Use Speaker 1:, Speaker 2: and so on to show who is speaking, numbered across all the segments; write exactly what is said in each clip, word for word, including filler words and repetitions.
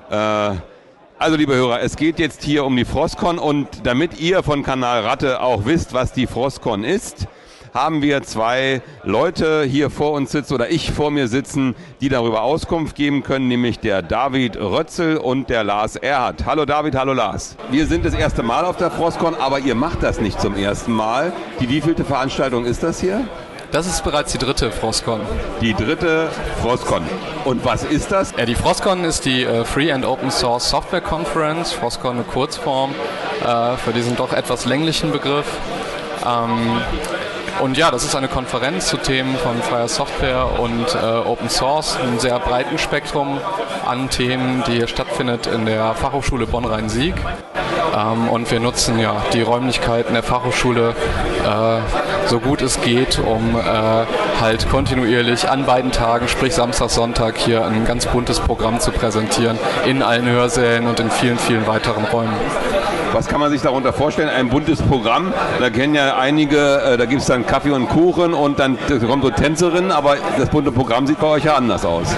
Speaker 1: Äh, also liebe Hörer, es geht jetzt hier um die Frostcon und damit ihr von Kanal Ratte auch wisst, was die Frostcon ist, haben wir zwei Leute hier vor uns sitzen oder ich vor mir sitzen, die darüber Auskunft geben können, nämlich der David Rötzel und der Lars Erhardt. Hallo David, hallo Lars. Wir sind das erste Mal auf der Frostcon, aber ihr macht das nicht zum ersten Mal. Die wievielte Veranstaltung ist das hier?
Speaker 2: Das ist bereits die dritte Frostcon.
Speaker 1: Die dritte Frostcon. Und was ist das?
Speaker 2: Ja, die Frostcon ist die äh, Free and Open Source Software Conference. Frostcon eine Kurzform äh, für diesen doch etwas länglichen Begriff. Ähm, Und ja, das ist eine Konferenz zu Themen von freier Software und äh, Open Source, ein sehr breiten Spektrum an Themen, die hier stattfindet in der Fachhochschule Bonn-Rhein-Sieg. Ähm, und wir nutzen ja die Räumlichkeiten der Fachhochschule äh, so gut es geht, um äh, halt kontinuierlich an beiden Tagen, sprich Samstag, Sonntag, hier ein ganz buntes Programm zu präsentieren in allen Hörsälen und in vielen, vielen weiteren Räumen.
Speaker 1: Was kann man sich darunter vorstellen? Ein buntes Programm, da kennen ja einige, äh, da gibt es dann Kaffee und Kuchen und dann kommen so Tänzerinnen, aber das bunte Programm sieht bei euch ja anders aus.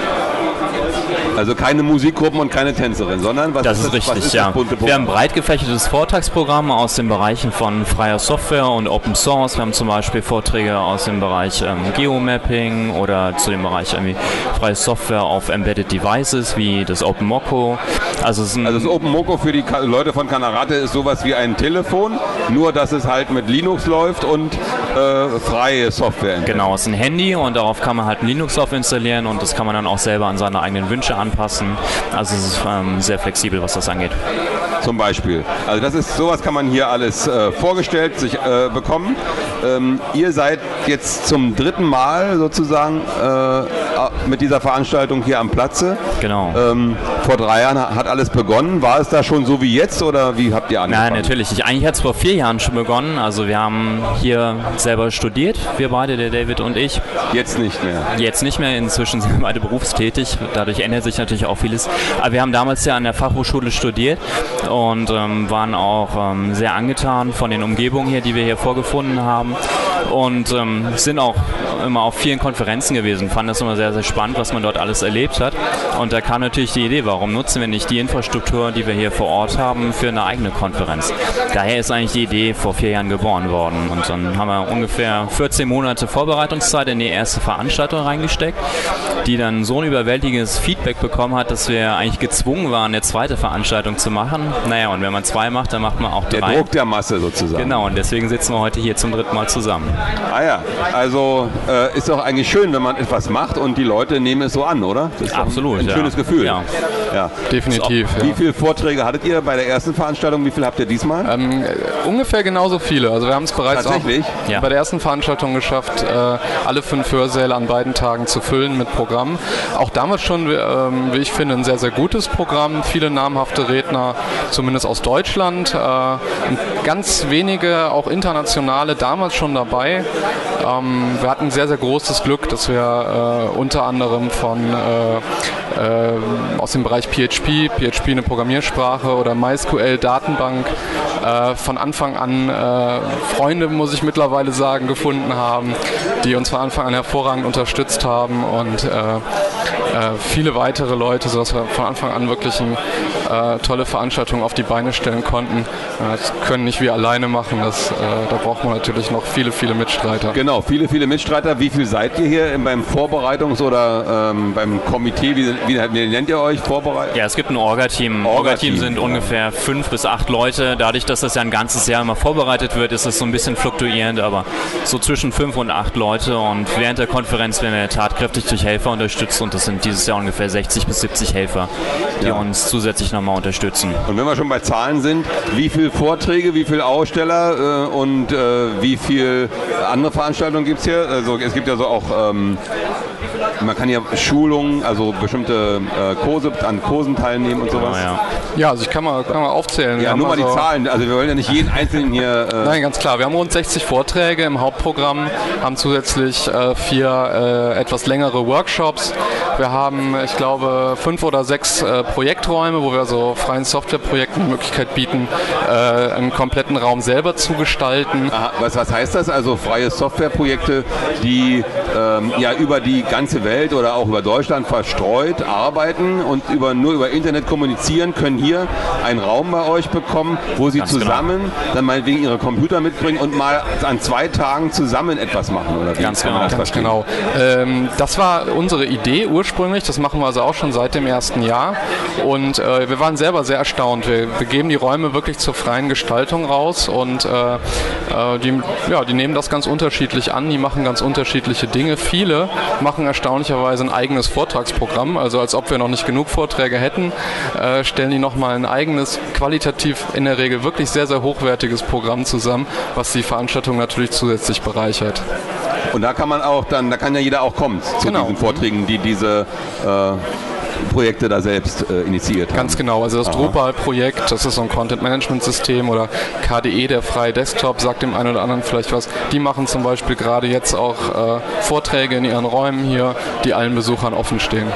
Speaker 1: Also keine Musikgruppen und keine Tänzerin, sondern was
Speaker 3: das
Speaker 1: ist,
Speaker 3: ist richtig,
Speaker 1: was ist
Speaker 3: ja.
Speaker 1: das bunte Programm?
Speaker 3: Wir haben ein breit gefächertes Vortragsprogramm aus den Bereichen von freier Software und Open Source. Wir haben zum Beispiel Vorträge aus dem Bereich ähm, Geomapping oder zu dem Bereich irgendwie freie Software auf Embedded Devices wie das OpenMoko. Also, es ist ein
Speaker 1: also das OpenMoko für die Ka- Leute von Kanal Ratte ist sowas wie ein Telefon, nur dass es halt mit Linux läuft und äh, freie Software.
Speaker 3: Genau, es ist ein Handy und darauf kann man halt ein Linux drauf installieren und das kann man dann auch selber an seine eigenen Wünsche anpassen. Also es ist ähm, sehr flexibel, was das angeht.
Speaker 1: Zum Beispiel. Also das ist, sowas kann man hier alles äh, vorgestellt sich äh, bekommen. Ähm, ihr seid jetzt zum dritten Mal sozusagen äh, mit dieser Veranstaltung hier am Platze.
Speaker 3: Genau.
Speaker 1: Ähm, vor drei Jahren hat alles begonnen. War es da schon so wie jetzt oder wie habt ihr angefangen?
Speaker 3: Nein, natürlich nicht. Eigentlich hat es vor vier Jahren schon begonnen. Also wir haben hier selber studiert, wir beide, der David und ich.
Speaker 1: Jetzt nicht mehr?
Speaker 3: Jetzt nicht mehr. Inzwischen sind wir beide berufstätig. Dadurch ändert sich natürlich auch vieles. Aber wir haben damals ja an der Fachhochschule studiert und ähm, waren auch ähm, sehr angetan von den Umgebungen hier, die wir hier vorgefunden haben. Und ähm, sind auch immer auf vielen Konferenzen gewesen, fanden das immer sehr, sehr spannend, was man dort alles erlebt hat. Und da kam natürlich die Idee, warum nutzen wir nicht die Infrastruktur, die wir hier vor Ort haben, für eine eigene Konferenz. Daher ist eigentlich die Idee vor vier Jahren geboren worden. Und dann haben wir ungefähr vierzehn Monate Vorbereitungszeit in die erste Veranstaltung reingesteckt, die dann so ein überwältigendes Feedback bekommen hat, dass wir eigentlich gezwungen waren, eine zweite Veranstaltung zu machen. Naja, und wenn man zwei macht, dann macht man auch drei.
Speaker 1: Der Druck der Masse sozusagen.
Speaker 3: Genau, und deswegen sitzen wir heute hier zum dritten Mal zusammen.
Speaker 1: Ah ja, also äh, ist doch eigentlich schön, wenn man etwas macht und die Leute nehmen es so an, oder? Das ist
Speaker 3: Absolut,
Speaker 1: ein
Speaker 3: ja.
Speaker 1: schönes Gefühl.
Speaker 3: Ja.
Speaker 1: Ja.
Speaker 2: Definitiv.
Speaker 1: Wie
Speaker 2: Ja.
Speaker 1: viele Vorträge hattet ihr bei der ersten Veranstaltung? Wie viele habt ihr diesmal?
Speaker 2: Ähm, ungefähr genauso viele. Also wir haben es bereits
Speaker 1: Tatsächlich?
Speaker 2: auch
Speaker 3: Ja.
Speaker 2: bei der ersten Veranstaltung geschafft, äh, alle fünf Hörsäle an beiden Tagen zu füllen mit Programm. Auch damals schon, ähm, wie ich finde, ein sehr, sehr gutes Programm. Viele namhafte Redner, zumindest aus Deutschland. Äh, und ganz wenige, auch internationale, damals schon dabei. Ähm, wir hatten sehr, sehr großes Glück, dass wir äh, unter anderem von äh, äh, aus dem Bereich P H P, P H P eine Programmiersprache oder MySQL Datenbank äh, von Anfang an äh, Freunde, muss ich mittlerweile sagen, gefunden haben, die uns von Anfang an hervorragend unterstützt haben und äh, äh, viele weitere Leute, sodass wir von Anfang an wirklich eine äh, tolle Veranstaltung auf die Beine stellen konnten. Äh, das können nicht wir alleine machen, das, äh, da braucht man natürlich noch viele, viele Mitstreiter.
Speaker 1: Genau, viele, viele Mitstreiter. Wie viel seid ihr hier beim Vorbereitungs- oder ähm, beim Komitee? Wie, wie, wie nennt ihr euch? Vorbereit-
Speaker 3: Ja, es gibt ein Orga-Team.
Speaker 1: Orga-Team,
Speaker 3: Orga-Team sind
Speaker 1: ja.
Speaker 3: ungefähr fünf bis acht Leute. Dadurch, dass das ja ein ganzes Jahr immer vorbereitet wird, ist es so ein bisschen fluktuierend, aber so zwischen fünf und acht Leute. Und während der Konferenz werden wir tatkräftig durch Helfer unterstützt und das sind dieses Jahr ungefähr sechzig bis siebzig Helfer, die
Speaker 1: Ja.
Speaker 3: uns zusätzlich nochmal unterstützen.
Speaker 1: Und wenn wir schon bei Zahlen sind, wie viele Vorträge, wie viele Aussteller äh, und äh, wie viele andere Veranstaltungen gibt es hier? Also es gibt ja so auch, ähm, man kann ja Schulungen, also bestimmte äh, Kurse, an Kursen teilnehmen und sowas.
Speaker 3: Genau, ja.
Speaker 2: Ja, also ich kann mal, kann mal aufzählen. Wir
Speaker 1: Ja,
Speaker 2: haben
Speaker 1: nur mal die
Speaker 2: also-
Speaker 1: Zahlen. Also wir wollen ja nicht jeden Einzelnen hier... Äh,
Speaker 2: Nein, ganz klar. Wir haben rund sechzig Vorträge im Hauptprogramm, haben zusätzlich äh, vier äh, etwas längere Workshops. Wir haben, ich glaube, fünf oder sechs äh, Projekträume, wo wir so freien Softwareprojekten die Möglichkeit bieten, äh, einen kompletten Raum selber zu gestalten.
Speaker 1: Aha, was, was heißt das? Also freie Softwareprojekte, die ähm, ja über die ganze Welt oder auch über Deutschland verstreut arbeiten und über, nur über Internet kommunizieren, können hier einen Raum bei euch bekommen, wo sie Ganz zusammen genau. dann meinetwegen ihre Computer mitbringen und mal an zwei Tagen zusammen etwas machen. Oder wie
Speaker 2: Ganz
Speaker 1: kann
Speaker 2: genau.
Speaker 1: man das
Speaker 2: Ganz
Speaker 1: verstehen?
Speaker 2: genau. Ähm, das war unsere Idee ursprünglich. Das machen wir also auch schon seit dem ersten Jahr. Und äh, wir waren selber sehr erstaunt. Wir, wir geben die Räume wirklich zur freien Gestaltung raus und äh, äh, die, ja, die nehmen das ganz unterschiedlich an. Die machen ganz unterschiedliche Dinge. Viele machen erstaunlicherweise ein eigenes Vortragsprogramm. Also als ob wir noch nicht genug Vorträge hätten, äh, stellen die nochmal ein eigenes, qualitativ in der Regel wirklich sehr, sehr hochwertiges Programm zusammen, was die Veranstaltung natürlich zusätzlich bereichert.
Speaker 1: Und da kann man auch dann, da kann ja jeder auch kommen zu
Speaker 2: genau.
Speaker 1: diesen Vorträgen, die diese äh, Projekte da selbst äh, initiiert haben.
Speaker 2: Ganz genau, also das Drupal-Projekt, das ist so ein Content-Management-System oder K D E, der freie Desktop, sagt dem einen oder anderen vielleicht was. Die machen zum Beispiel gerade jetzt auch äh, Vorträge in ihren Räumen hier, die allen Besuchern offen stehen.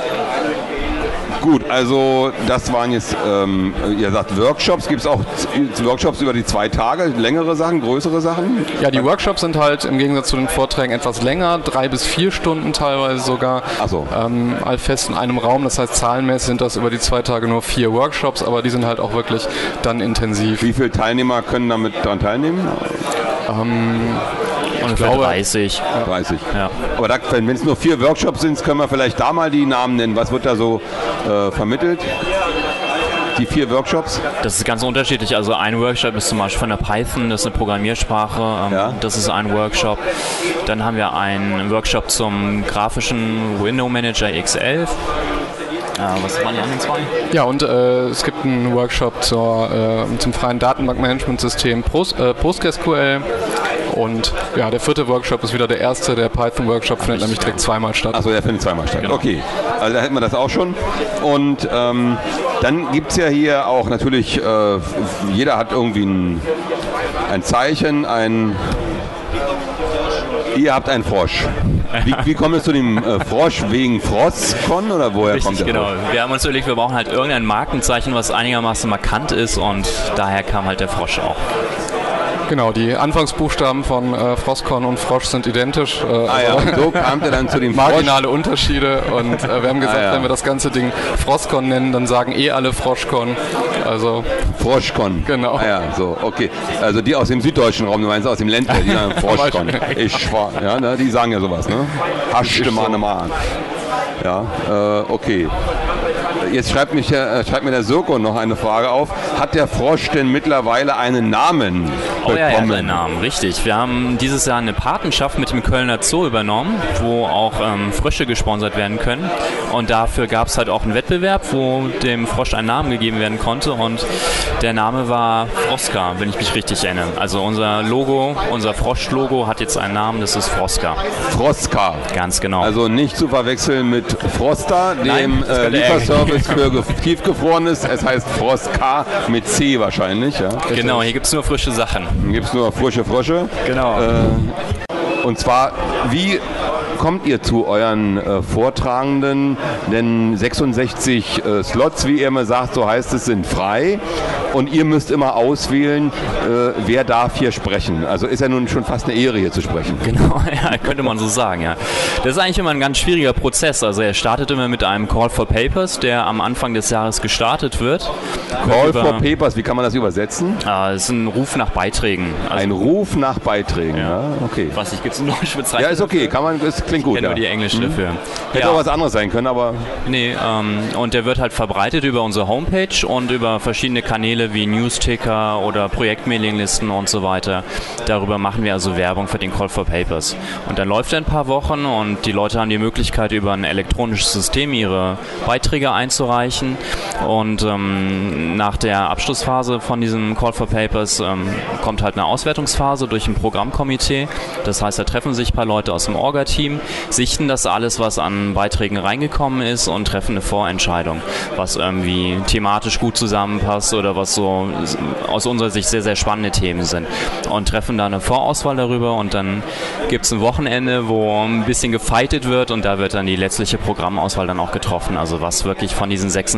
Speaker 1: Gut, also das waren jetzt, ähm, ihr sagt Workshops, gibt es auch Workshops über die zwei Tage, längere Sachen, größere Sachen?
Speaker 2: Ja, die Workshops sind halt im Gegensatz zu den Vorträgen etwas länger, drei bis vier Stunden teilweise sogar.
Speaker 1: Ach so.
Speaker 2: Ähm, allfest in einem Raum, das heißt zahlenmäßig sind das über die zwei Tage nur vier Workshops, aber die sind halt auch wirklich dann intensiv.
Speaker 1: Wie viele Teilnehmer können damit daran teilnehmen?
Speaker 2: Ähm,
Speaker 3: Ungefähr
Speaker 2: glaube,
Speaker 3: dreißig.
Speaker 1: dreißig.
Speaker 3: Ja.
Speaker 1: Aber da, wenn es nur vier Workshops sind, können wir vielleicht da mal die Namen nennen. Was wird da so äh, vermittelt? Die vier Workshops?
Speaker 3: Das ist ganz unterschiedlich. Also ein Workshop ist zum Beispiel von der Python, das ist eine Programmiersprache. Ähm,
Speaker 1: ja.
Speaker 3: Das ist ein Workshop. Dann haben wir einen Workshop zum grafischen Window Manager X elf. Äh, was waren die anderen zwei?
Speaker 2: Ja, und äh, es gibt einen Workshop zur, äh, zum freien Datenbankmanagementsystem Post, äh, PostgreSQL. Und ja, der vierte Workshop ist wieder der erste. Der Python-Workshop findet nämlich direkt zweimal statt.
Speaker 1: Achso, der findet zweimal statt.
Speaker 3: Genau.
Speaker 1: Okay, also da hätten wir das auch schon. Und ähm, dann gibt es ja hier auch natürlich, äh, jeder hat irgendwie ein, ein Zeichen, ein... Ihr habt einen Frosch. Wie, wie kommt es zu dem äh, Frosch? Wegen Frostcon oder woher
Speaker 3: Richtig,
Speaker 1: kommt der
Speaker 3: genau.
Speaker 1: Frosch?
Speaker 3: Wir haben uns überlegt, wir brauchen halt irgendein Markenzeichen, was einigermaßen markant ist und daher kam halt der Frosch auch.
Speaker 2: Genau, die Anfangsbuchstaben von äh, Frostcon und Frosch sind identisch. Äh,
Speaker 1: Ah ja, und so kam der dann zu dem Frosch.
Speaker 2: Marginale Unterschiede und äh, wir haben gesagt,
Speaker 1: Ah ja.
Speaker 2: wenn wir das ganze Ding Frostcon nennen, dann sagen eh alle Froschcon. Also
Speaker 1: Froschcon.
Speaker 2: Genau.
Speaker 1: Ah ja, so, okay. Also die aus dem süddeutschen Raum, du meinst aus dem Ländler, die sagen Froschcon. Ich war, ja, ne, die sagen ja sowas, ne? Haschte mal ne Mann. Ja, äh, okay. Jetzt schreibt, mich, äh, schreibt mir der Sirko noch eine Frage auf. Hat der Frosch denn mittlerweile einen Namen
Speaker 3: Oh ja, er hat
Speaker 1: bekommen?
Speaker 3: einen Namen, richtig. Wir haben dieses Jahr eine Patenschaft mit dem Kölner Zoo übernommen, wo auch ähm, Frösche gesponsert werden können. Und dafür gab es halt auch einen Wettbewerb, wo dem Frosch ein Name gegeben werden konnte. Und der Name war Froska, wenn ich mich richtig erinnere. Also unser Logo, unser Frosch-Logo hat jetzt einen Namen, das ist Froska.
Speaker 1: Froska.
Speaker 3: Ganz genau.
Speaker 1: Also nicht zu verwechseln mit Froster, dem
Speaker 3: Nein, das
Speaker 1: äh,
Speaker 3: könnte
Speaker 1: Lieferservice für ge- tiefgefrorenes. Es heißt Froska mit C wahrscheinlich. Ja.
Speaker 3: Genau, hier gibt es nur frische Sachen.
Speaker 1: Dann gibt es nur frische Frösche.
Speaker 3: Genau.
Speaker 1: Äh, und zwar, wie kommt ihr zu euren äh, Vortragenden? Denn sechsundsechzig äh, Slots, wie ihr immer sagt, so heißt es, sind frei. Und ihr müsst immer auswählen, äh, wer darf hier sprechen. Also ist ja nun schon fast eine Ehre, hier zu sprechen.
Speaker 3: Genau, ja, könnte man so sagen, ja. Das ist eigentlich immer ein ganz schwieriger Prozess. Also er startet immer mit einem Call for Papers, der am Anfang des Jahres gestartet wird.
Speaker 1: Call
Speaker 3: Über,
Speaker 1: for Papers, wie kann man das übersetzen?
Speaker 3: Äh, es ist ein Ruf nach Beiträgen. Also,
Speaker 1: Ein Ruf nach Beiträgen, ja, okay.
Speaker 3: was ich, gibt es eine deutsche Bezeichnung?
Speaker 1: Ja, ist okay, kann man, es klingt
Speaker 3: Ich
Speaker 1: gut.
Speaker 3: kenne
Speaker 1: Ja.
Speaker 3: nur die englische dafür.
Speaker 1: Hätte
Speaker 3: Ja.
Speaker 1: auch was anderes sein können, aber
Speaker 3: Nee, ähm, und der wird halt verbreitet über unsere Homepage und über verschiedene Kanäle wie Newsticker oder Projektmailinglisten und so weiter. Darüber machen wir also Werbung für den Call for Papers. Und dann läuft er ein paar Wochen und die Leute haben die Möglichkeit, über ein elektronisches System ihre Beiträge einzureichen. Und ähm, nach der Abschlussphase von diesem Call for Papers ähm, kommt halt eine Auswertungsphase durch ein Programmkomitee. Das heißt, da treffen sich ein paar Leute aus dem Orga-Team, sichten das alles, was an Beiträgen reingekommen ist und treffen eine Vorentscheidung, was irgendwie thematisch gut zusammenpasst oder was so aus unserer Sicht sehr, sehr spannende Themen sind. Und treffen da eine Vorauswahl darüber und dann gibt es ein Wochenende, wo ein bisschen gefightet wird und da wird dann die letztliche Programmauswahl dann auch getroffen. Also was wirklich von diesen sechsundsechzig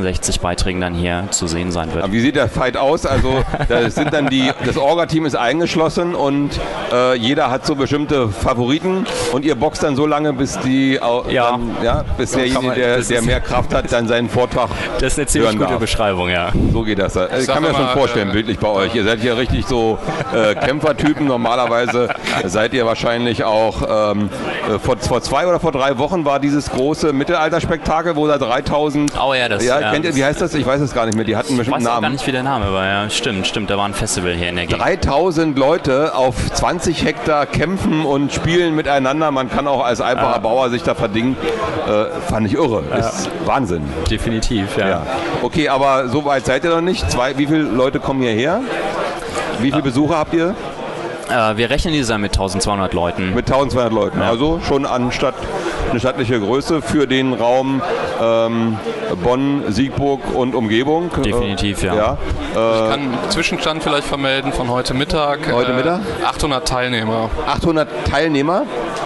Speaker 3: Beiträgen dann hier zu sehen sein wird.
Speaker 1: Aber wie sieht der Fight aus? Also da sind dann die, das Orga-Team ist eingeschlossen und äh, jeder hat so bestimmte Favoriten und ihr boxt dann so lange, bis die
Speaker 3: ja.
Speaker 1: Dann, ja, bis derjenige, der, der mehr Kraft hat, dann seinen Vortrag.
Speaker 3: Das ist eine ziemlich gute darf. Beschreibung, ja.
Speaker 1: So geht das. Ich kann mir schon vorstellen, äh, bildlich bei euch. Ihr seid ja richtig so äh, Kämpfertypen. Normalerweise seid ihr wahrscheinlich auch ähm, vor, vor zwei oder vor drei Wochen war dieses große Mittelalterspektakel, wo da dreitausend.
Speaker 3: Oh ja, das.
Speaker 1: Ja,
Speaker 3: ja,
Speaker 1: kennt ihr, wie heißt das? Ich weiß es gar nicht mehr. Die hatten einen bestimmten Namen.
Speaker 3: Ich weiß gar nicht, wie der Name war. Ja, stimmt, stimmt. Da war ein Festival hier in der Gegend.
Speaker 1: dreitausend Leute auf zwanzig Hektar kämpfen und spielen miteinander. Man kann auch als einfacher ah. Bauer sich da verdingen. Äh, fand ich irre. Ja. Ist Wahnsinn.
Speaker 3: Definitiv, ja. ja.
Speaker 1: Okay, aber so weit seid ihr noch nicht. Zwei, wie viele Leute kommen hierher? Wie viele ja. Besucher habt ihr?
Speaker 3: Äh, wir rechnen dieses Jahr mit eintausendzweihundert Leuten.
Speaker 1: Mit eintausendzweihundert Leuten, ja. Also schon an Stadt, eine stattliche Größe für den Raum ähm, Bonn, Siegburg und Umgebung.
Speaker 3: Definitiv, ja.
Speaker 2: ja. Äh, ich kann einen Zwischenstand vielleicht vermelden von heute Mittag.
Speaker 1: Heute Mittag?
Speaker 2: Äh, achthundert Teilnehmer.
Speaker 1: achthundert Teilnehmer?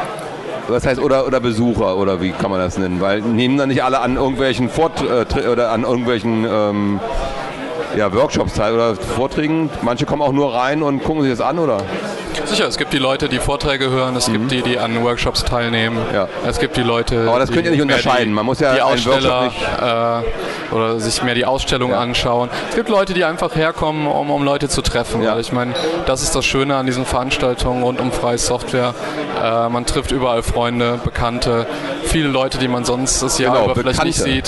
Speaker 1: Was heißt, oder, oder Besucher, oder wie kann man das nennen? Weil nehmen dann nicht alle an irgendwelchen Fort äh, oder an irgendwelchen ähm, ja, Workshops teil oder Vorträgen. Manche kommen auch nur rein und gucken sich das an, oder?
Speaker 2: Sicher, es gibt die Leute, die Vorträge hören, es mhm. gibt die, die an Workshops teilnehmen. Ja. Es gibt die Leute.
Speaker 1: Aber das könnt ihr nicht unterscheiden.
Speaker 2: Die,
Speaker 1: Man muss ja
Speaker 2: die Aussteller
Speaker 1: nicht
Speaker 2: äh, oder sich mehr die Ausstellung ja. anschauen. Es gibt Leute, die einfach herkommen, um, um Leute zu treffen. Ja. Weil ich meine, das ist das Schöne an diesen Veranstaltungen rund um freie Software. Äh, man trifft überall Freunde, Bekannte, viele Leute, die man sonst das Jahr
Speaker 1: genau,
Speaker 2: über vielleicht
Speaker 1: Bekannte.
Speaker 2: nicht sieht.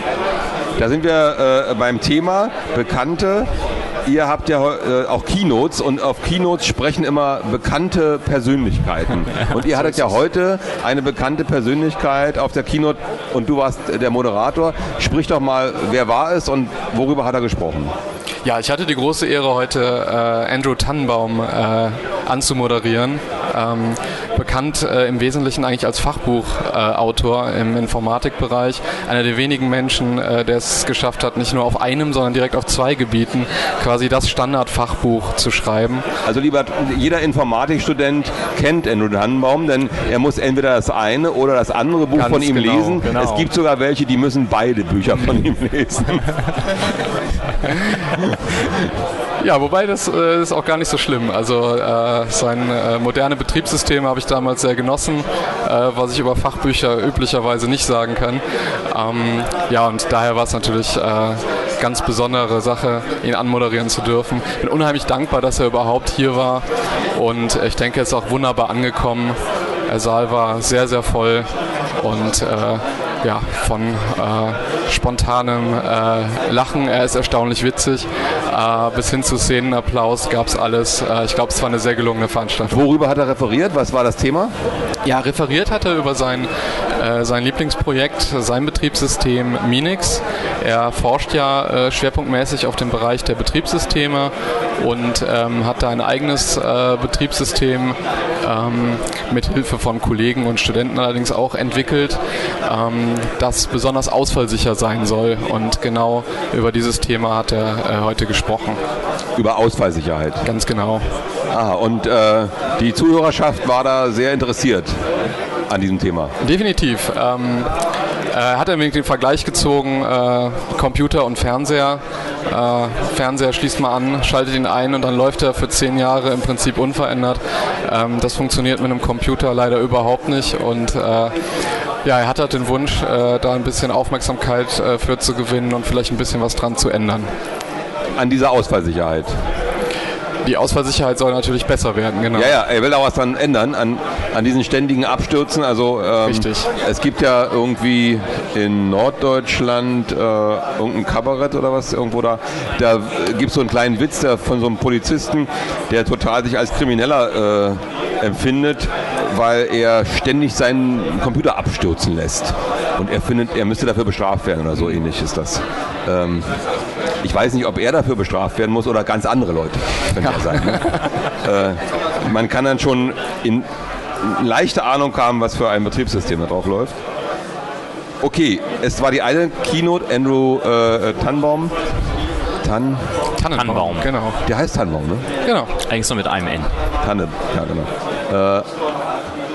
Speaker 1: Da sind wir äh, beim Thema Bekannte. Ihr habt ja äh, auch Keynotes und auf Keynotes sprechen immer bekannte Persönlichkeiten. Und ihr hattet ja heute eine bekannte Persönlichkeit auf der Keynote und du warst der Moderator. Sprich doch mal, wer war es und worüber hat er gesprochen?
Speaker 2: Ja, ich hatte die große Ehre, heute äh, Andrew Tannenbaum äh, anzumoderieren. Ähm, bekannt äh, im Wesentlichen eigentlich als Fachbuchautor äh, im Informatikbereich. Einer der wenigen Menschen, äh, der es geschafft hat, nicht nur auf einem, sondern direkt auf zwei Gebieten quasi das Standardfachbuch zu schreiben.
Speaker 1: Also lieber, jeder Informatikstudent kennt Andrew Tannenbaum, denn er muss entweder das eine oder das andere Buch
Speaker 2: Ganz
Speaker 1: von ihm
Speaker 2: genau,
Speaker 1: lesen.
Speaker 2: Genau.
Speaker 1: Es gibt sogar welche, die müssen beide Bücher von ihm lesen.
Speaker 2: Ja, wobei das äh, ist auch gar nicht so schlimm. Also äh, sein äh, moderne Betriebssystem habe ich damals sehr genossen, äh, was ich über Fachbücher üblicherweise nicht sagen kann. Ähm, ja, und daher war es natürlich äh, ganz besondere Sache, ihn anmoderieren zu dürfen. Bin unheimlich dankbar, dass er überhaupt hier war und ich denke, er ist auch wunderbar angekommen. Der Saal war sehr, sehr voll und äh, ja, von äh, spontanem äh, Lachen, er ist erstaunlich witzig, äh, bis hin zu Szenenapplaus gab es alles. Äh, ich glaube, es war eine sehr gelungene Veranstaltung.
Speaker 1: Worüber hat er referiert? Was war das Thema?
Speaker 2: Ja, referiert hat er über sein, äh, sein Lieblingsprojekt, sein Betriebssystem Minix. Er forscht ja äh, schwerpunktmäßig auf dem Bereich der Betriebssysteme und ähm, hat da ein eigenes äh, Betriebssystem ähm, mit Hilfe von Kollegen und Studenten allerdings auch entwickelt, ähm, das besonders ausfallsicher sein soll. Und genau über dieses Thema hat er äh, heute gesprochen.
Speaker 1: Über Ausfallsicherheit?
Speaker 2: Ganz genau.
Speaker 1: Ah, und äh, die Zuhörerschaft war da sehr interessiert an diesem Thema?
Speaker 2: Definitiv. Ähm, äh, hat er mir den Vergleich gezogen, äh, Computer und Fernseher. Äh, Fernseher schließt man an, schaltet ihn ein und dann läuft er für zehn Jahre im Prinzip unverändert. Ähm, das funktioniert mit einem Computer leider überhaupt nicht und äh, ja, er hat halt den Wunsch, äh, da ein bisschen Aufmerksamkeit äh, für zu gewinnen und vielleicht ein bisschen was dran zu ändern.
Speaker 1: An dieser Ausfallsicherheit?
Speaker 2: Die Ausfallsicherheit soll natürlich besser werden, genau.
Speaker 1: Ja, ja, er will auch was dran ändern, an, an diesen ständigen Abstürzen. Also, ähm,
Speaker 2: Richtig.
Speaker 1: Es gibt ja irgendwie in Norddeutschland äh, irgendein Kabarett oder was, irgendwo da. Da gibt es so einen kleinen Witz der, von so einem Polizisten, der total sich als Krimineller äh, empfindet, weil er ständig seinen Computer abstürzen lässt. Und er findet, er müsste dafür bestraft werden oder so ähnlich ist das. Ähm, ich weiß nicht, ob er dafür bestraft werden muss oder ganz andere Leute. Könnte ja sein. Ne? äh, man kann dann schon in leichte Ahnung haben, was für ein Betriebssystem da drauf läuft. Okay, es war die eine Keynote, Andrew äh, Tannenbaum. Tann
Speaker 3: Tannenbaum. Tannenbaum,
Speaker 2: genau.
Speaker 1: Der heißt Tannenbaum, ne?
Speaker 2: Genau.
Speaker 3: Eigentlich so mit einem N.
Speaker 1: Tanne, ja genau. Äh,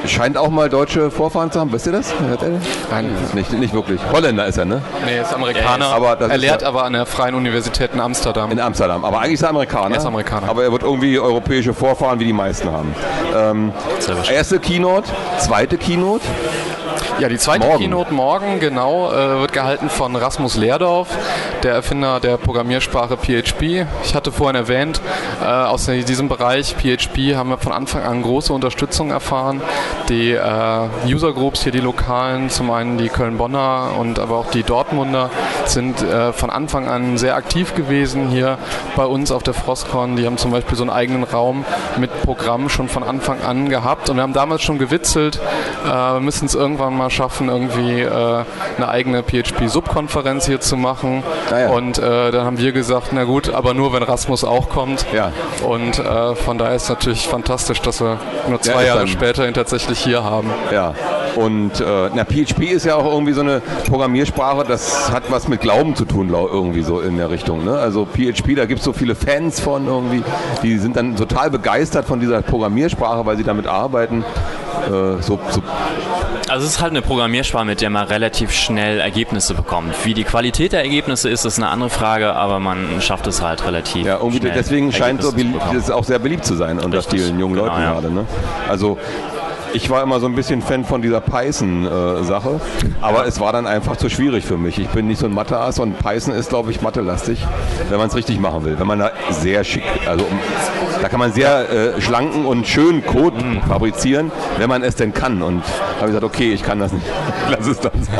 Speaker 1: scheint auch mal deutsche Vorfahren zu haben. Wisst ihr das?
Speaker 2: Nein.
Speaker 1: Nicht, nicht wirklich. Holländer ist er, ne?
Speaker 2: Nee, er ist Amerikaner.
Speaker 1: Ja, aber das
Speaker 2: er
Speaker 1: ist
Speaker 2: lehrt
Speaker 1: ja
Speaker 2: aber an der Freien Universität in Amsterdam.
Speaker 1: In Amsterdam. Aber eigentlich ist er Amerikaner.
Speaker 2: Er ist Amerikaner.
Speaker 1: Aber er wird irgendwie europäische Vorfahren, wie die meisten haben. Ähm, erste Keynote, zweite Keynote.
Speaker 2: Ja, die zweite
Speaker 1: morgen.
Speaker 2: Keynote morgen, genau, äh, wird gehalten von Rasmus Lehrdorf, der Erfinder der Programmiersprache P H P. Ich hatte vorhin erwähnt, äh, aus diesem Bereich P H P haben wir von Anfang an große Unterstützung erfahren. Die äh, User Groups hier, die lokalen, zum einen die Köln-Bonner und aber auch die Dortmunder, sind äh, von Anfang an sehr aktiv gewesen hier bei uns auf der Frostcon. Die haben zum Beispiel so einen eigenen Raum mit Programm schon von Anfang an gehabt und wir haben damals schon gewitzelt, äh, wir müssen es irgendwann mal schaffen, irgendwie äh, eine eigene P H P-Subkonferenz hier zu machen.
Speaker 1: Ah ja.
Speaker 2: Und äh, dann haben wir gesagt, na gut, aber nur wenn Rasmus auch kommt.
Speaker 1: Ja.
Speaker 2: Und äh, von daher ist es natürlich fantastisch, dass wir nur zwei
Speaker 1: Ja,
Speaker 2: Jahre
Speaker 1: dann
Speaker 2: später ihn tatsächlich hier haben.
Speaker 1: Ja. Und äh, na, P H P ist ja auch irgendwie so eine Programmiersprache, das hat was mit Glauben zu tun, irgendwie so in der Richtung. Ne? Also P H P, da gibt es so viele Fans von irgendwie, die sind dann total begeistert von dieser Programmiersprache, weil sie damit arbeiten. Äh, so, so.
Speaker 3: Also es ist halt eine Programmiersprache, mit der man relativ schnell Ergebnisse bekommt. Wie die Qualität der Ergebnisse ist, ist eine andere Frage, aber man schafft es halt relativ
Speaker 1: ja, irgendwie
Speaker 3: schnell.
Speaker 1: Deswegen scheint so es auch sehr beliebt zu sein unter
Speaker 3: Richtig,
Speaker 1: vielen jungen
Speaker 3: genau,
Speaker 1: Leuten
Speaker 3: ja.
Speaker 1: gerade. Ne? Also ich war immer so ein bisschen Fan von dieser Python-Sache, aber es war dann einfach zu schwierig für mich. Ich bin nicht so ein Mathe-Ass und Python ist, glaube ich, Mathe-lastig, wenn man es richtig machen will. Wenn man da sehr schick, also da kann man sehr äh, schlanken und schönen Code mhm. fabrizieren, wenn man es denn kann. Und da habe ich gesagt, okay, ich kann das nicht, lass es dann sein.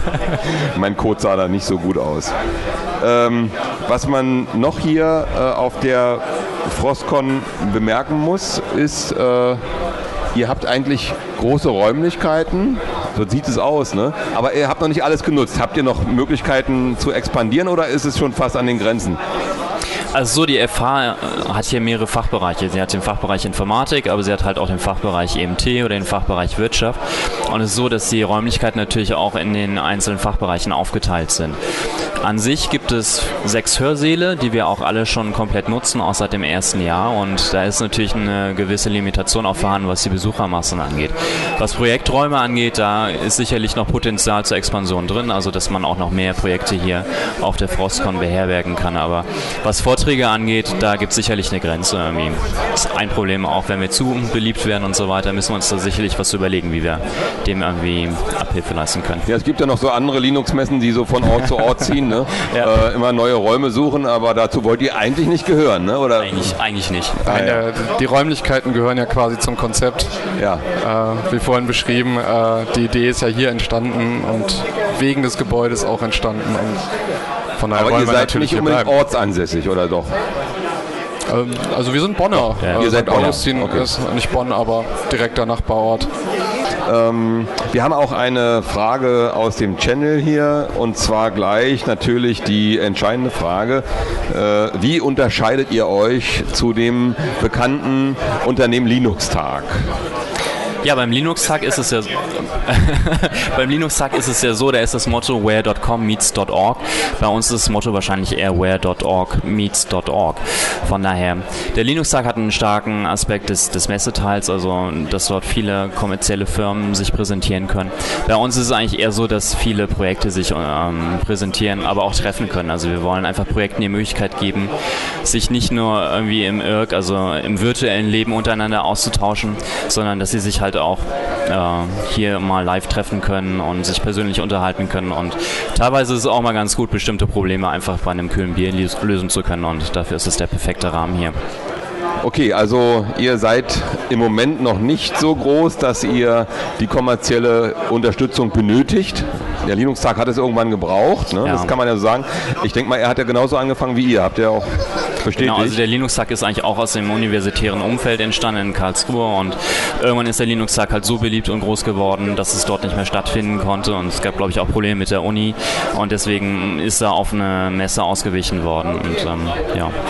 Speaker 1: Mein Code sah da nicht so gut aus. Ähm, was man noch hier äh, auf der Frostcon bemerken muss, ist, äh, ihr habt eigentlich große Räumlichkeiten, so sieht es aus, ne? Aber ihr habt noch nicht alles genutzt. Habt ihr noch Möglichkeiten zu expandieren oder ist es schon fast an den Grenzen?
Speaker 3: Also so, die F H hat hier mehrere Fachbereiche. Sie hat den Fachbereich Informatik, aber sie hat halt auch den Fachbereich E M T oder den Fachbereich Wirtschaft. Und es ist so, dass die Räumlichkeiten natürlich auch in den einzelnen Fachbereichen aufgeteilt sind. An sich gibt es sechs Hörsäle, die wir auch alle schon komplett nutzen, auch seit dem ersten Jahr. Und da ist natürlich eine gewisse Limitation auch vorhanden, was die Besuchermassen angeht. Was Projekträume angeht, da ist sicherlich noch Potenzial zur Expansion drin, also dass man auch noch mehr Projekte hier auf der Frostcon beherbergen kann. Aber was Vorträge angeht, da gibt es sicherlich eine Grenze. Irgendwie. Das ist ein Problem, auch wenn wir zu beliebt werden und so weiter, müssen wir uns da sicherlich was überlegen, wie wir dem irgendwie Abhilfe leisten können.
Speaker 1: Ja, es gibt ja noch so andere Linux-Messen, die so von Ort zu Ort ziehen, ne?
Speaker 3: Ja.
Speaker 1: Äh, immer neue Räume suchen, aber dazu wollt ihr eigentlich nicht gehören, ne? Oder?
Speaker 3: Eigentlich, eigentlich nicht.
Speaker 2: Nein, der, die Räumlichkeiten gehören ja quasi zum Konzept.
Speaker 1: Ja.
Speaker 2: Äh, wie vorhin beschrieben, äh, die Idee ist ja hier entstanden und wegen des Gebäudes auch entstanden. Und von daher
Speaker 1: aber
Speaker 2: wollen
Speaker 1: ihr
Speaker 2: wir
Speaker 1: seid
Speaker 2: natürlich
Speaker 1: nicht unbedingt
Speaker 2: bleiben.
Speaker 1: ortsansässig, oder doch?
Speaker 2: Ähm, also wir sind Bonner.
Speaker 3: Ja.
Speaker 2: Äh,
Speaker 1: Ihr seid
Speaker 2: Sankt
Speaker 1: Bonner.
Speaker 2: Augustin
Speaker 1: Okay.
Speaker 2: ist nicht Bonn, aber direkter Nachbarort.
Speaker 1: Ähm, wir haben auch eine Frage aus dem Channel hier und zwar gleich natürlich die entscheidende Frage. Äh, wie unterscheidet ihr euch zu dem bekannten Unternehmen Linux-Tag?
Speaker 3: Ja, beim Linux-Tag ist es ja beim Linux-Tag ist es ja so, da ist das Motto where dot com meets dot org. Bei uns ist das Motto wahrscheinlich eher where dot org meets dot org. Von daher, der Linux-Tag hat einen starken Aspekt des, des Messeteils, also dass dort viele kommerzielle Firmen sich präsentieren können. Bei uns ist es eigentlich eher so, dass viele Projekte sich ähm, präsentieren, aber auch treffen können. Also wir wollen einfach Projekten die Möglichkeit geben, sich nicht nur irgendwie im I R C, also im virtuellen Leben untereinander auszutauschen, sondern dass sie sich halt auch äh, hier mal live treffen können und sich persönlich unterhalten können. Und teilweise ist es auch mal ganz gut, bestimmte Probleme einfach bei einem kühlen Bier lösen zu können. Und dafür ist es der perfekte Rahmen hier.
Speaker 1: Okay, also ihr seid im Moment noch nicht so groß, dass ihr die kommerzielle Unterstützung benötigt. Der Linux-Tag hat es irgendwann gebraucht, ne?
Speaker 3: Ja.
Speaker 1: Das kann man ja so sagen. Ich denke mal, er hat ja genauso angefangen wie ihr. Habt ihr auch bestätigt?
Speaker 3: Genau, also der Linux-Tag ist eigentlich auch aus dem universitären Umfeld entstanden in Karlsruhe und irgendwann ist der Linux-Tag halt so beliebt und groß geworden, dass es dort nicht mehr stattfinden konnte und es gab, glaube ich, auch Probleme mit der Uni und deswegen ist er auf eine Messe ausgewichen worden und ähm, ja.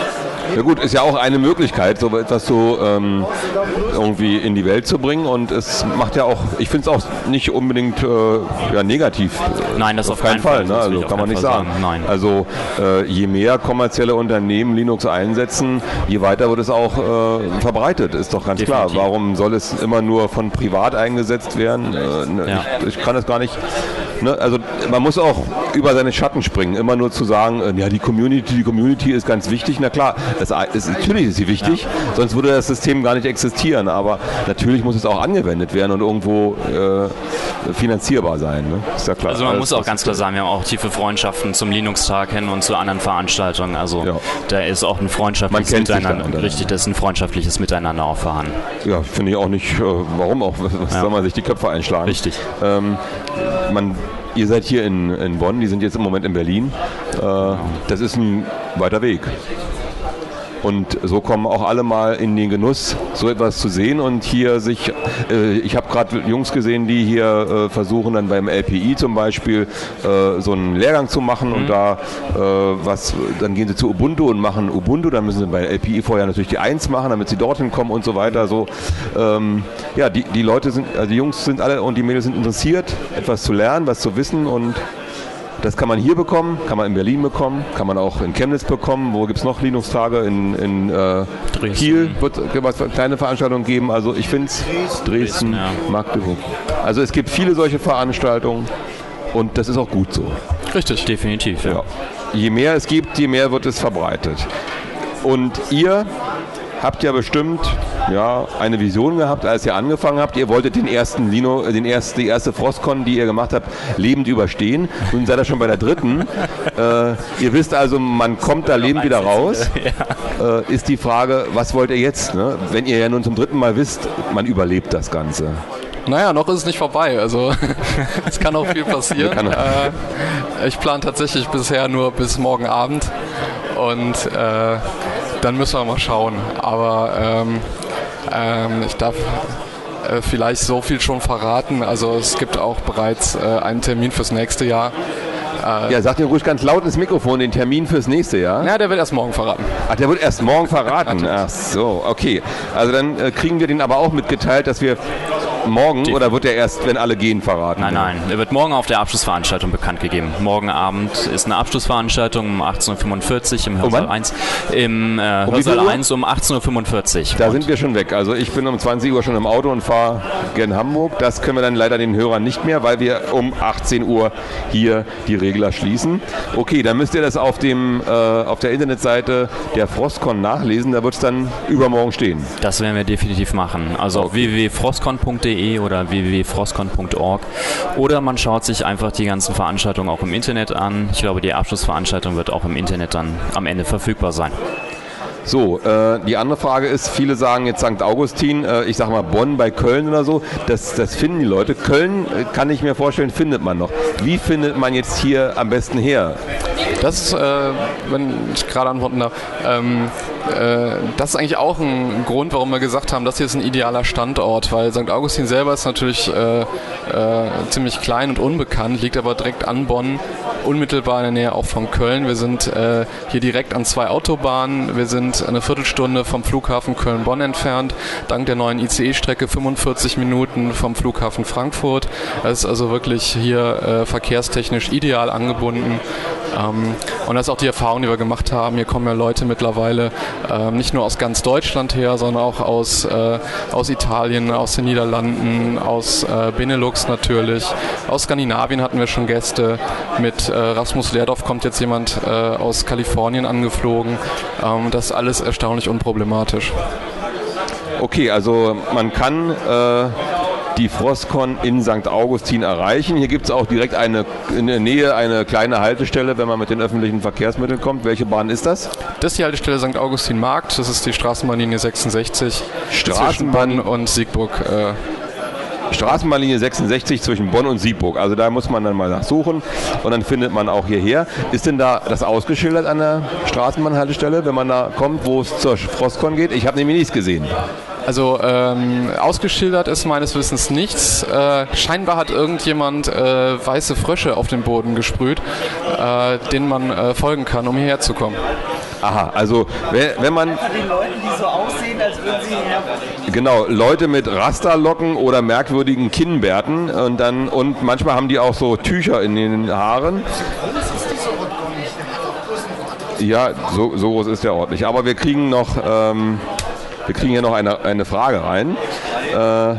Speaker 1: Ja gut, ist ja auch eine Möglichkeit, so etwas so ähm, irgendwie in die Welt zu bringen und es macht ja auch, ich finde es auch nicht unbedingt äh, ja, negativ.
Speaker 3: Nein, das
Speaker 1: auf, auf keinen Fall, Fall ne? Also kann man nicht sagen. sagen.
Speaker 3: Nein.
Speaker 1: Also äh, je mehr kommerzielle Unternehmen Linux einsetzen, je weiter wird es auch äh, verbreitet, ist doch ganz Definitiv. klar. Warum soll es immer nur von privat eingesetzt werden? Äh, ne, ja. ich, ich kann das gar nicht, ne? Also man muss auch über seine Schatten springen, immer nur zu sagen, äh, ja die Community, die Community ist ganz wichtig, na klar, das ist, natürlich ist sie wichtig, ja. sonst würde das System gar nicht existieren, aber natürlich muss es auch angewendet werden und irgendwo äh, finanzierbar sein, ne? Ist ja klar.
Speaker 3: Also man
Speaker 1: Alles,
Speaker 3: muss auch ganz klar sagen, wir haben auch tiefe Freundschaften zum Linux-Tag hin und zu anderen Veranstaltungen, also ja. da ist auch ein freundschaftliches Miteinander, richtig, das ist ein freundschaftliches Miteinander auch vorhanden.
Speaker 1: Ja, finde ich auch nicht, äh, warum auch, was ja. soll man sich die Köpfe einschlagen?
Speaker 3: Richtig.
Speaker 1: Ähm, man Ihr seid hier in, in Bonn, die sind jetzt im Moment in Berlin. Äh, das ist ein weiter Weg. Und so kommen auch alle mal in den Genuss, so etwas zu sehen und hier sich, äh, ich habe gerade Jungs gesehen, die hier äh, versuchen dann beim L P I zum Beispiel äh, so einen Lehrgang zu machen mhm. und da äh, was, dann gehen sie zu Ubuntu und machen Ubuntu, dann müssen sie bei L P I vorher natürlich die eins machen, damit sie dorthin kommen und so weiter. So, ähm, ja, die, die Leute sind, also die Jungs sind alle und die Mädels sind interessiert, etwas zu lernen, was zu wissen und das kann man hier bekommen, kann man in Berlin bekommen, kann man auch in Chemnitz bekommen. Wo gibt es noch Linux-Tage? In, in äh, Kiel wird es eine kleine Veranstaltungen geben. Also ich finde es Dresden, Dresden ja. Magdeburg. Also es gibt viele solche Veranstaltungen und das ist auch gut so.
Speaker 3: Richtig, definitiv. Ja.
Speaker 1: Ja. Je mehr es gibt, je mehr wird es verbreitet. Und ihr habt ja bestimmt ja, eine Vision gehabt, als ihr angefangen habt. Ihr wolltet den ersten Lino, den erst, die erste Frostcon, die ihr gemacht habt, lebend überstehen. Nun seid ihr schon bei der dritten. äh, ihr wisst also, man kommt da lebend wieder raus. Ja. Äh, ist die Frage, was wollt ihr jetzt? Ne? Wenn ihr ja nun zum dritten Mal wisst, man überlebt das Ganze.
Speaker 2: Naja, noch ist es nicht vorbei. Also es kann auch viel passieren. Äh, ich plane tatsächlich bisher nur bis morgen Abend und äh, dann müssen wir mal schauen. Aber ähm, ähm, ich darf äh, vielleicht so viel schon verraten. Also es gibt auch bereits äh, einen Termin fürs nächste Jahr.
Speaker 1: Äh, ja, sagt ihr ruhig ganz laut ins Mikrofon den Termin fürs nächste Jahr.
Speaker 2: Ja, der wird erst morgen verraten.
Speaker 1: Ach, der wird erst morgen verraten. Ach so, okay. Also dann äh, kriegen wir den aber auch mitgeteilt, dass wir morgen, oder wird er erst, wenn alle gehen, verraten?
Speaker 3: Nein, nein, er wird morgen auf der Abschlussveranstaltung bekannt gegeben. Morgen Abend ist eine Abschlussveranstaltung um achtzehn Uhr fünfundvierzig im Hörsaal eins. Im äh, um Hörsaal eins um achtzehn Uhr fünfundvierzig.
Speaker 1: Da und sind wir schon weg. Also ich bin um zwanzig Uhr schon im Auto und fahre gen Hamburg. Das können wir dann leider den Hörern nicht mehr, weil wir um achtzehn Uhr hier die Regler schließen. Okay, dann müsst ihr das auf, dem, äh, auf der Internetseite der Frostcon nachlesen. Da wird es dann übermorgen stehen.
Speaker 3: Das werden wir definitiv machen. Also okay. auf w w w punkt frostcon punkt d e oder w w w punkt frostcon punkt org oder man schaut sich einfach die ganzen Veranstaltungen auch im Internet an. Ich glaube, die Abschlussveranstaltung wird auch im Internet dann am Ende verfügbar sein.
Speaker 1: So, äh, die andere Frage ist, viele sagen jetzt Sankt Augustin, äh, ich sag mal Bonn bei Köln oder so, das, das finden die Leute. Köln, äh, kann ich mir vorstellen, findet man noch. Wie findet man jetzt hier am besten her?
Speaker 2: Das ist, äh, wenn ich gerade antworten darf, ähm, äh, das ist eigentlich auch ein Grund, warum wir gesagt haben, das hier ist ein idealer Standort, weil Sankt Augustin selber ist natürlich äh, äh, ziemlich klein und unbekannt, liegt aber direkt an Bonn, unmittelbar in der Nähe auch von Köln. Wir sind äh, hier direkt an zwei Autobahnen, wir sind eine Viertelstunde vom Flughafen Köln-Bonn entfernt, dank der neuen I C E-Strecke fünfundvierzig Minuten vom Flughafen Frankfurt. Das ist also wirklich hier äh, verkehrstechnisch ideal angebunden. Ähm, und das ist auch die Erfahrung, die wir gemacht haben. Hier kommen ja Leute mittlerweile äh, nicht nur aus ganz Deutschland her, sondern auch aus, äh, aus Italien, aus den Niederlanden, aus äh, Benelux natürlich. Aus Skandinavien hatten wir schon Gäste. Mit äh, Rasmus Lehrdorf kommt jetzt jemand äh, aus Kalifornien angeflogen. Ähm, das ist alles erstaunlich unproblematisch.
Speaker 1: Okay, also man kann äh, die Frostcon in Sankt Augustin erreichen. Hier gibt es auch direkt eine, in der Nähe eine kleine Haltestelle, wenn man mit den öffentlichen Verkehrsmitteln kommt. Welche Bahn ist das?
Speaker 2: Das ist die Haltestelle Sankt Augustin Markt. Das ist die Straßenbahnlinie sechsundsechzig zwischen Bonn und Siegburg. Äh,
Speaker 1: Straßenbahnlinie sechsundsechzig zwischen Bonn und Siegburg. Also da muss man dann mal nachsuchen und dann findet man auch hierher. Ist denn da das ausgeschildert an der Straßenbahnhaltestelle, wenn man da kommt, wo es zur Frostcon geht? Ich habe nämlich nichts gesehen.
Speaker 2: Also ähm, ausgeschildert ist meines Wissens nichts. Äh, scheinbar hat irgendjemand äh, weiße Frösche auf den Boden gesprüht, äh, denen man äh, folgen kann, um hierher zu kommen.
Speaker 1: Aha, also wenn, wenn man...
Speaker 4: Den Leuten, die so aussehen, als würden sie her...
Speaker 1: Genau, Leute mit Rasterlocken oder merkwürdigen Kinnbärten und dann und manchmal haben die auch so Tücher in den Haaren. Ja, so, so groß ist der Ort nicht. Aber wir kriegen noch, ähm, wir kriegen hier noch eine, eine Frage rein. Äh,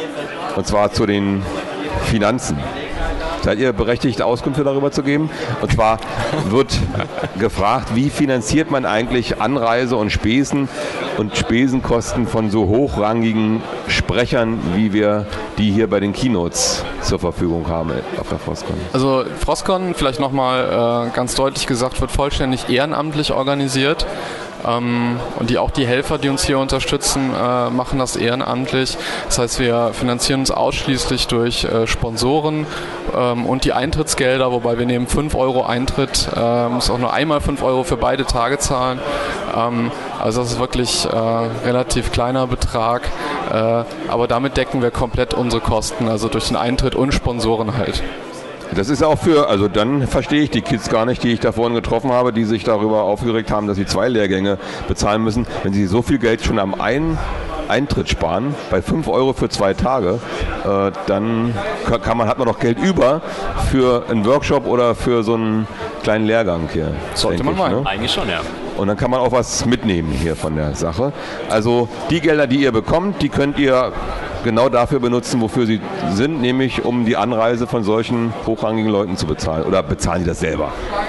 Speaker 1: und zwar zu den Finanzen. Seid ihr berechtigt, Auskünfte darüber zu geben? Und zwar wird gefragt, wie finanziert man eigentlich Anreise und Spesen und Spesenkosten von so hochrangigen Sprechern, wie wir die hier bei den Keynotes zur Verfügung haben auf der Frostcon?
Speaker 2: Also Frostcon, vielleicht nochmal äh, ganz deutlich gesagt, wird vollständig ehrenamtlich organisiert. Ähm, und die, auch die Helfer, die uns hier unterstützen, äh, machen das ehrenamtlich. Das heißt, wir finanzieren uns ausschließlich durch äh, Sponsoren ähm, und die Eintrittsgelder, wobei wir nehmen fünf Euro Eintritt, äh, muss auch nur einmal fünf Euro für beide Tage zahlen. Ähm, also das ist wirklich äh, relativ kleiner Betrag, äh, aber damit decken wir komplett unsere Kosten, also durch den Eintritt und Sponsoren halt.
Speaker 1: Das ist auch für, also dann verstehe ich die Kids gar nicht, die ich da vorhin getroffen habe, die sich darüber aufgeregt haben, dass sie zwei Lehrgänge bezahlen müssen. Wenn sie so viel Geld schon am einen Eintritt sparen, bei fünf Euro für zwei Tage, äh, dann kann man, hat man noch Geld über für einen Workshop oder für so einen kleinen Lehrgang hier.
Speaker 2: Sollte man meinen.
Speaker 3: Ne? Eigentlich schon, ja.
Speaker 1: Und dann kann man auch was mitnehmen hier von der Sache. Also die Gelder, die ihr bekommt, die könnt ihr genau dafür benutzen, wofür sie sind, nämlich um die Anreise von solchen hochrangigen Leuten zu bezahlen. Oder bezahlen die das selber?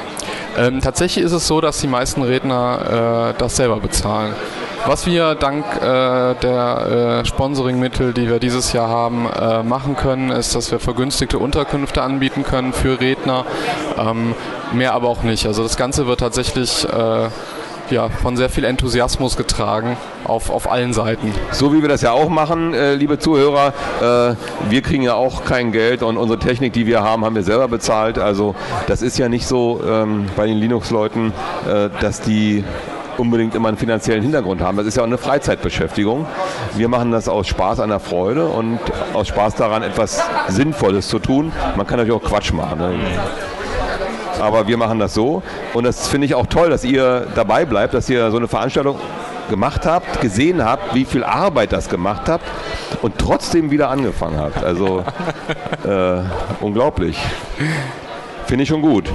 Speaker 2: Ähm, tatsächlich ist es so, dass die meisten Redner äh, das selber bezahlen. Was wir dank äh, der äh, Sponsoringmittel, die wir dieses Jahr haben, äh, machen können, ist, dass wir vergünstigte Unterkünfte anbieten können für Redner. Ähm, mehr aber auch nicht. Also das Ganze wird tatsächlich äh, ja, von sehr viel Enthusiasmus getragen auf, auf allen Seiten.
Speaker 1: So wie wir das ja auch machen, äh, liebe Zuhörer, äh, wir kriegen ja auch kein Geld und unsere Technik, die wir haben, haben wir selber bezahlt. Also das ist ja nicht so ähm, bei den Linux-Leuten, äh, dass die unbedingt immer einen finanziellen Hintergrund haben. Das ist ja auch eine Freizeitbeschäftigung. Wir machen das aus Spaß an der Freude und aus Spaß daran, etwas Sinnvolles zu tun. Man kann natürlich auch Quatsch machen. Ne? Aber wir machen das so und das finde ich auch toll, dass ihr dabei bleibt, dass ihr so eine Veranstaltung gemacht habt, gesehen habt, wie viel Arbeit das gemacht habt und trotzdem wieder angefangen habt. Also äh, unglaublich. Finde ich schon gut.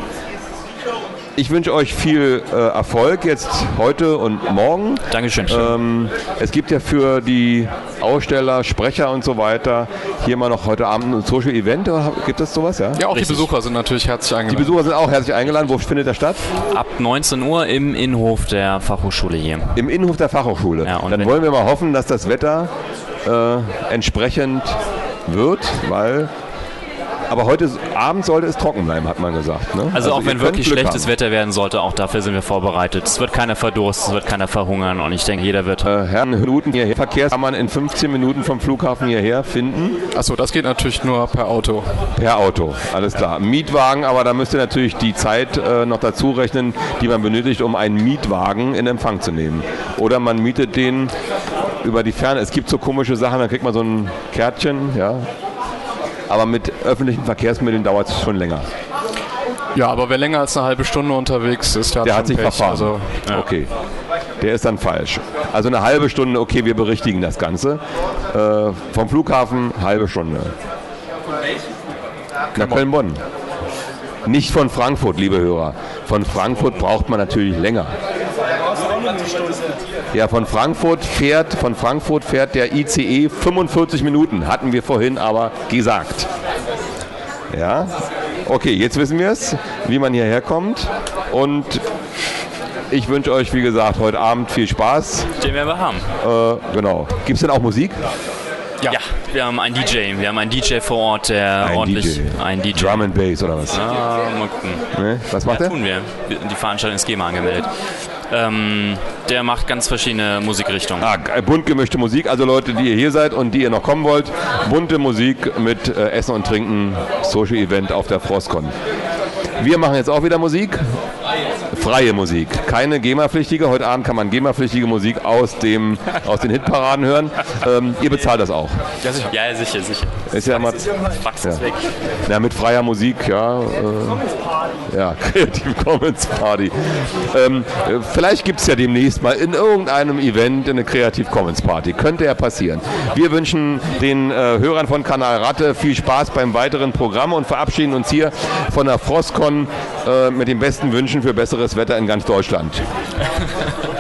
Speaker 1: Ich wünsche euch viel äh, Erfolg jetzt heute und morgen.
Speaker 3: Dankeschön.
Speaker 1: Ähm, es gibt ja für die Aussteller, Sprecher und so weiter hier mal noch heute Abend ein Social Event. Gibt es sowas? Ja,
Speaker 2: ja auch
Speaker 3: Richtig.
Speaker 2: Die Besucher sind natürlich herzlich eingeladen.
Speaker 1: Die Besucher sind auch herzlich eingeladen. Wo findet das statt?
Speaker 3: Ab neunzehn Uhr im Innenhof der Fachhochschule hier.
Speaker 1: Im Innenhof der Fachhochschule.
Speaker 3: Ja, und
Speaker 1: Dann wollen wir mal hoffen, dass das Wetter äh, entsprechend wird, weil... Aber heute Abend sollte es trocken bleiben, hat man gesagt. Ne?
Speaker 3: Also, also auch wenn wirklich
Speaker 1: Glück
Speaker 3: schlechtes
Speaker 1: haben.
Speaker 3: Wetter werden sollte, auch dafür sind wir vorbereitet. Es wird keiner verdursten, es wird keiner verhungern und ich denke, jeder wird...
Speaker 1: Äh, Herren Minuten hierher. Verkehr kann man in fünfzehn Minuten vom Flughafen hierher finden.
Speaker 2: Achso, das geht natürlich nur per Auto.
Speaker 1: Per Auto, alles klar. Mietwagen, aber da müsst ihr natürlich die Zeit äh, noch dazu rechnen, die man benötigt, um einen Mietwagen in Empfang zu nehmen. Oder man mietet den über die Ferne. Es gibt so komische Sachen, da kriegt man so ein Kärtchen, ja. Aber mit öffentlichen Verkehrsmitteln dauert es schon länger.
Speaker 2: Ja, aber wer länger als eine halbe Stunde unterwegs ist, der hat,
Speaker 1: der
Speaker 2: schon
Speaker 1: hat sich
Speaker 2: Pech.
Speaker 1: verfahren.
Speaker 2: Also,
Speaker 1: ja. Okay, der ist dann falsch. Also eine halbe Stunde, okay, wir berichtigen das Ganze. Äh, vom Flughafen halbe Stunde. Nach Köln-Bonn. Nicht von Frankfurt, liebe Hörer. Von Frankfurt braucht man natürlich länger. Ja, von Frankfurt fährt, von Frankfurt fährt der I C E fünfundvierzig Minuten, hatten wir vorhin aber gesagt. Ja, okay, jetzt wissen wir es, wie man hierher kommt und ich wünsche euch, wie gesagt, heute Abend viel Spaß.
Speaker 3: Den werden wir haben.
Speaker 1: Äh, genau. Gibt es denn auch Musik?
Speaker 3: Ja. ja, wir haben einen D J. Wir haben einen D J vor Ort, der
Speaker 1: ein
Speaker 3: ordentlich...
Speaker 1: D J.
Speaker 3: Ein D J.
Speaker 1: Drum and Bass oder was?
Speaker 3: Ah, mal gucken.
Speaker 1: Ne? Was macht
Speaker 3: ja,
Speaker 1: er?
Speaker 3: tun wir. Die Veranstaltung ist G E M A angemeldet. Ähm, der macht ganz verschiedene Musikrichtungen.
Speaker 1: Ah, bunt gemischte Musik, also Leute, die ihr hier seid und die ihr noch kommen wollt, bunte Musik mit äh, Essen und Trinken, Social Event auf der Frostcon. Wir machen jetzt auch wieder Musik freie Musik, keine GEMA-pflichtige. Heute Abend kann man GEMA-pflichtige Musik aus, dem, aus den Hitparaden hören. Ähm, ihr bezahlt das auch.
Speaker 3: Ja, sicher. Ja, sicher, sicher.
Speaker 1: Ist ja immer,
Speaker 3: Fax
Speaker 1: ja.
Speaker 3: ist weg.
Speaker 1: Ja, mit freier Musik, ja. Äh, ja, Creative Commons Party. Ähm, vielleicht gibt es ja demnächst mal in irgendeinem Event eine Creative Commons Party. Könnte ja passieren. Wir wünschen den äh, Hörern von Kanal Ratte viel Spaß beim weiteren Programm und verabschieden uns hier von der Frostcon äh, mit den besten Wünschen für besseres Wetter in ganz Deutschland.